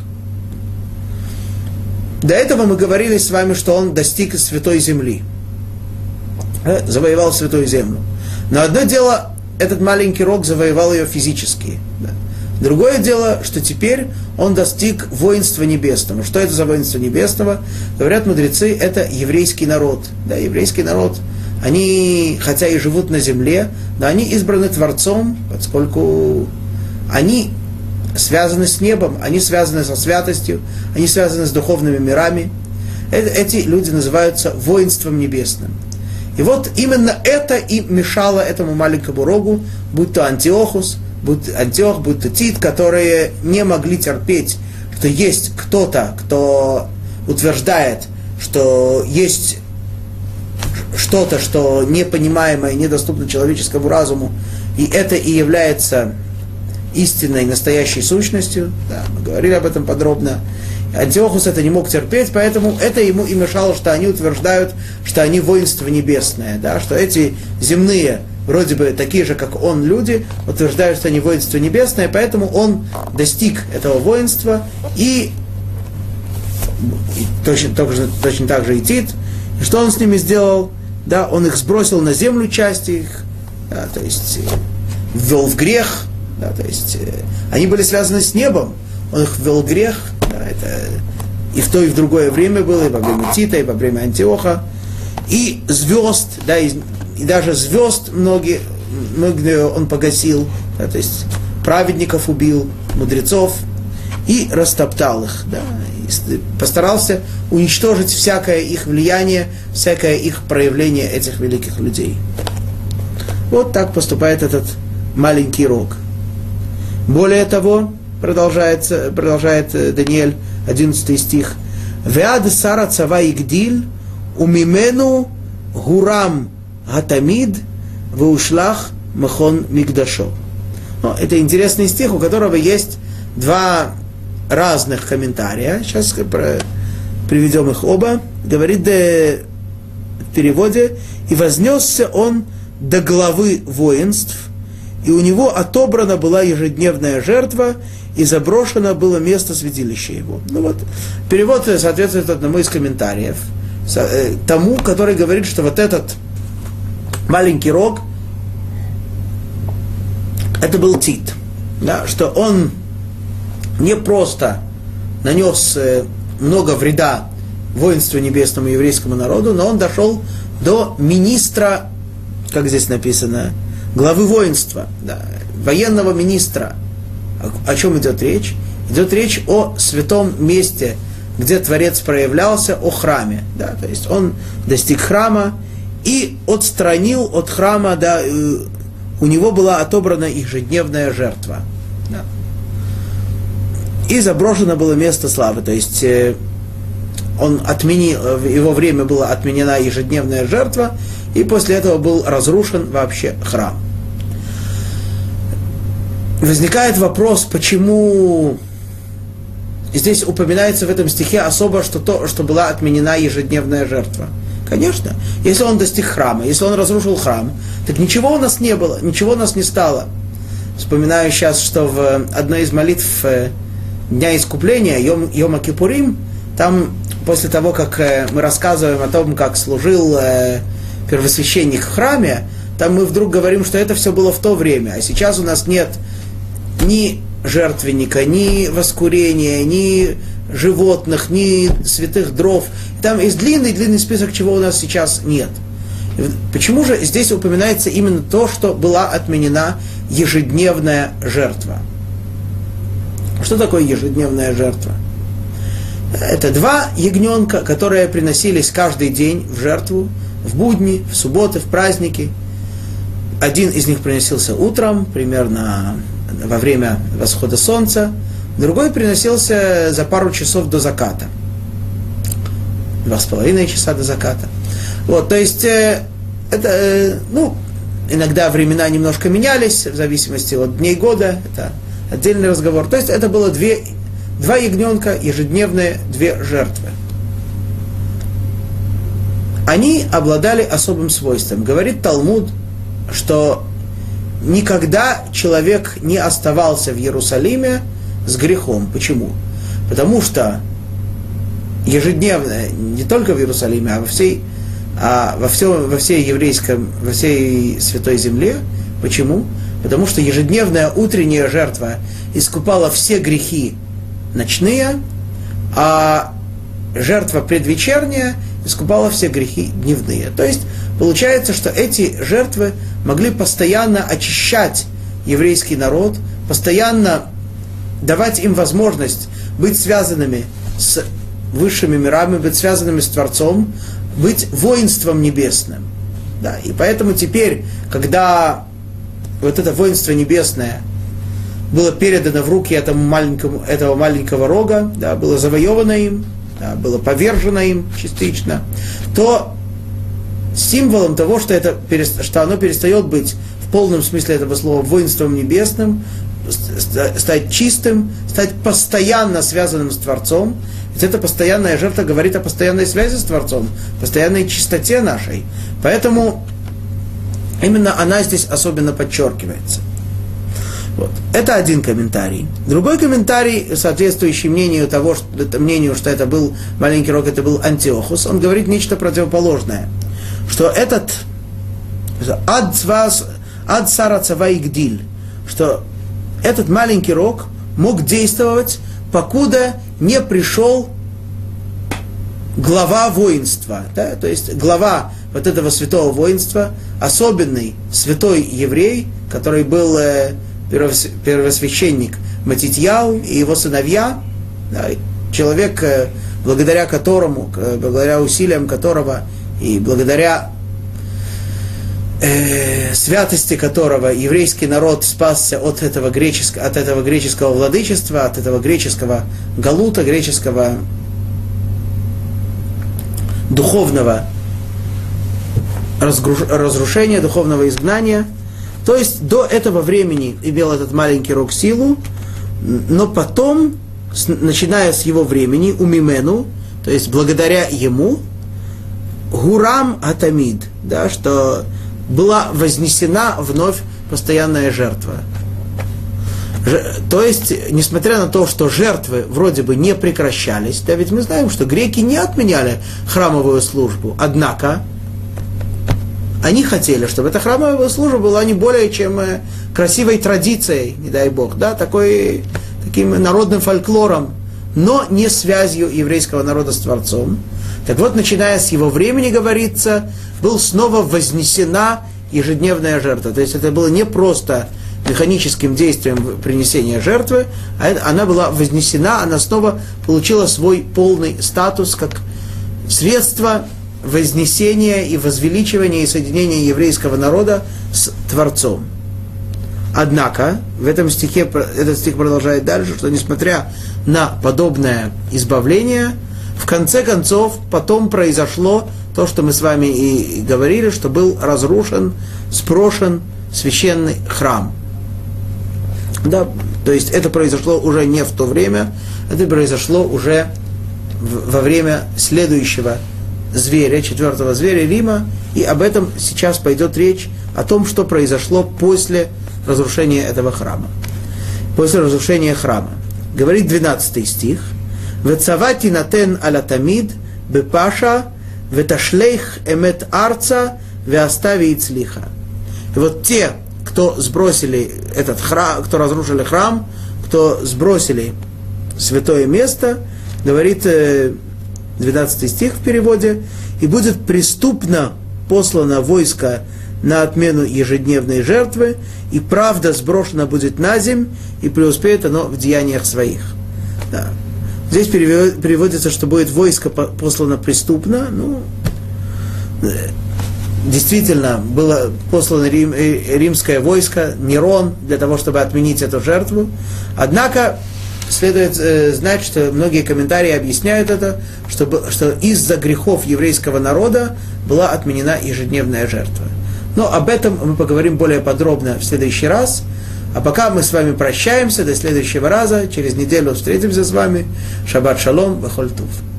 До этого мы говорили с вами, что он достиг Святой Земли. Завоевал Святую Землю. Но одно дело, этот маленький рог завоевал ее физически. Да. Другое дело, что теперь он достиг воинства небесного. Что это за воинство небесного? Говорят мудрецы, это еврейский народ. Да, еврейский народ Они, хотя и живут на земле, но они избраны Творцом, поскольку они связаны с небом, они связаны со святостью, они связаны с духовными мирами. Эти люди называются воинством небесным. И вот именно это и мешало этому маленькому рогу, будь то Антиохус, будь Антиох, будь то Тит, которые не могли терпеть, что есть кто-то, кто утверждает, что есть что-то, что непонимаемое, недоступно человеческому разуму, и это и является истинной, настоящей сущностью. Да, мы говорили об этом подробно. Антиохус это не мог терпеть, поэтому это ему и мешало, что они утверждают, что они воинство небесное, да, что эти земные, вроде бы такие же, как он, люди, утверждают, что они воинство небесное, поэтому он достиг этого воинства, и, и точно, точно, точно так же и Тит. И что он с ними сделал? Да, он их сбросил на землю, части их, да, то есть ввел в грех, да, то есть они были связаны с небом, он их ввел в грех. Да, это и в то, и в другое время было, и во время Тита, и во время Антиоха. И звезд, да, и, и даже звезд многие, многие он погасил, да, то есть праведников убил, мудрецов, и растоптал их, да, и постарался уничтожить всякое их влияние, всякое их проявление этих великих людей. Вот так поступает этот маленький рог. Более того, продолжает, продолжает Даниэль, одиннадцатый стих, «Веад сара цава игдиль, умимену гурам гатамид, ваушлах махон мигдашо». Это интересный стих, у которого есть два разных комментария. Сейчас приведем их оба. Говорит в переводе, «И вознесся он до главы воинств, и у него отобрана была ежедневная жертва, и заброшено было место святилища его». Ну вот, перевод соответствует одному из комментариев, тому, который говорит, что вот этот маленький рог, это был Тит, да, что он не просто нанес много вреда воинству небесному еврейскому народу, но он дошел до министра, как здесь написано, главы воинства, да, военного министра. О, о чем идет речь? Идет речь о святом месте, где Творец проявлялся, о храме. Да, то есть он достиг храма и отстранил от храма, да, у него была отобрана ежедневная жертва. Да. И заброшено было место славы, то есть он отменил, в его время была отменена ежедневная жертва, и после этого был разрушен вообще храм. Возникает вопрос, почему здесь упоминается в этом стихе особо, что то, что была отменена ежедневная жертва. Конечно, если он достиг храма, если он разрушил храм, так ничего у нас не было, ничего у нас не стало. Вспоминаю сейчас, что в одной из молитв Дня Искупления, Йом, Йома Кипурим, там после того, как мы рассказываем о том, как служил первосвященник в храме, там мы вдруг говорим, что это все было в то время, а сейчас у нас нет ни жертвенника, ни воскурения, ни животных, ни святых дров. Там есть длинный-длинный список, чего у нас сейчас нет. Почему же здесь упоминается именно то, что была отменена ежедневная жертва? Что такое ежедневная жертва? Это два ягненка, которые приносились каждый день в жертву, в будни, в субботы, в праздники. Один из них приносился утром, примерно во время восхода солнца, другой приносился за пару часов до заката. Два с половиной часа до заката. Вот, то есть, э, это, э, ну, иногда времена немножко менялись, в зависимости от дней года, это отдельный разговор. То есть, это было две, два ягненка, ежедневные две жертвы. Они обладали особым свойством. Говорит Талмуд, что никогда человек не оставался в Иерусалиме с грехом. Почему? Потому что ежедневно, не только в Иерусалиме, а во всей, а во, всем, во всей еврейском, во всей Святой Земле. Почему? Потому что ежедневная утренняя жертва искупала все грехи ночные, а жертва предвечерняя искупала все грехи дневные. То есть получается, что эти жертвы могли постоянно очищать еврейский народ, постоянно давать им возможность быть связанными с высшими мирами, быть связанными с Творцом, быть воинством небесным. Да, и поэтому теперь, когда вот это воинство небесное было передано в руки этому маленькому, этого маленького рога, да, было завоевано им, да, было повержено им частично, то символом того, что, это, что оно перестает быть в полном смысле этого слова воинством небесным, стать чистым, стать постоянно связанным с Творцом. Ведь эта постоянная жертва говорит о постоянной связи с Творцом, постоянной чистоте нашей. Поэтому именно она здесь особенно подчеркивается. Вот. Это один комментарий. Другой комментарий, соответствующий мнению того, что, мнению, что это был маленький рог, это был Антиохус, он говорит нечто противоположное. Что этот ад сара цава игдиль, что этот маленький рог мог действовать, покуда не пришел глава воинства, да? То есть глава вот этого святого воинства, особенный святой еврей, который был э, первосвященник Матитьяу и его сыновья, да? Человек, э, благодаря которому, э, благодаря усилиям которого и благодаря э, святости которого еврейский народ спасся от этого, греческого, от этого греческого владычества, от этого греческого галута, греческого духовного разгруш... разрушения, духовного изгнания. То есть до этого времени имел этот маленький рог силу, но потом, с, начиная с его времени, у Мимену, то есть благодаря ему, Гурам Атамид, да, что была вознесена вновь постоянная жертва. То есть, несмотря на то, что жертвы вроде бы не прекращались, да, ведь мы знаем, что греки не отменяли храмовую службу, однако они хотели, чтобы эта храмовая служба была не более чем красивой традицией, не дай Бог, да, такой, таким народным фольклором, но не связью еврейского народа с Творцом. Так вот, начиная с его времени, говорится, был снова вознесена ежедневная жертва. То есть это было не просто механическим действием принесения жертвы, а это, она была вознесена, она снова получила свой полный статус как средство вознесения и возвеличивания и соединения еврейского народа с Творцом. Однако, в этом стихе, этот стих продолжает дальше, что несмотря на подобное избавление, в конце концов, потом произошло то, что мы с вами и говорили, что был разрушен, спрошен священный храм. Да, то есть это произошло уже не в то время, это произошло уже в, во время следующего зверя, четвертого зверя Рима, и об этом сейчас пойдет речь, о том, что произошло после разрушения этого храма. После разрушения храма. Говорит двенадцатый стих. «Вецавати натен аля тамид бепаша веташлейх эмет арца веостави ицлиха». И вот те, кто сбросили этот храм, кто разрушили храм, кто сбросили святое место, говорит двенадцатый стих в переводе, «И будет преступно послано войско на отмену ежедневной жертвы, и правда сброшена будет на земь, и преуспеет оно в деяниях своих». Да. Здесь переводится, что будет войско послано преступно. Ну, действительно, было послано рим, римское войско, Нерон, для того, чтобы отменить эту жертву. Однако, следует э, знать, что многие комментарии объясняют это, чтобы, что из-за грехов еврейского народа была отменена ежедневная жертва. Но об этом мы поговорим более подробно в следующий раз. А пока мы с вами прощаемся, до следующего раза. Через неделю встретимся с вами. Шаббат шалом, вехоль тув.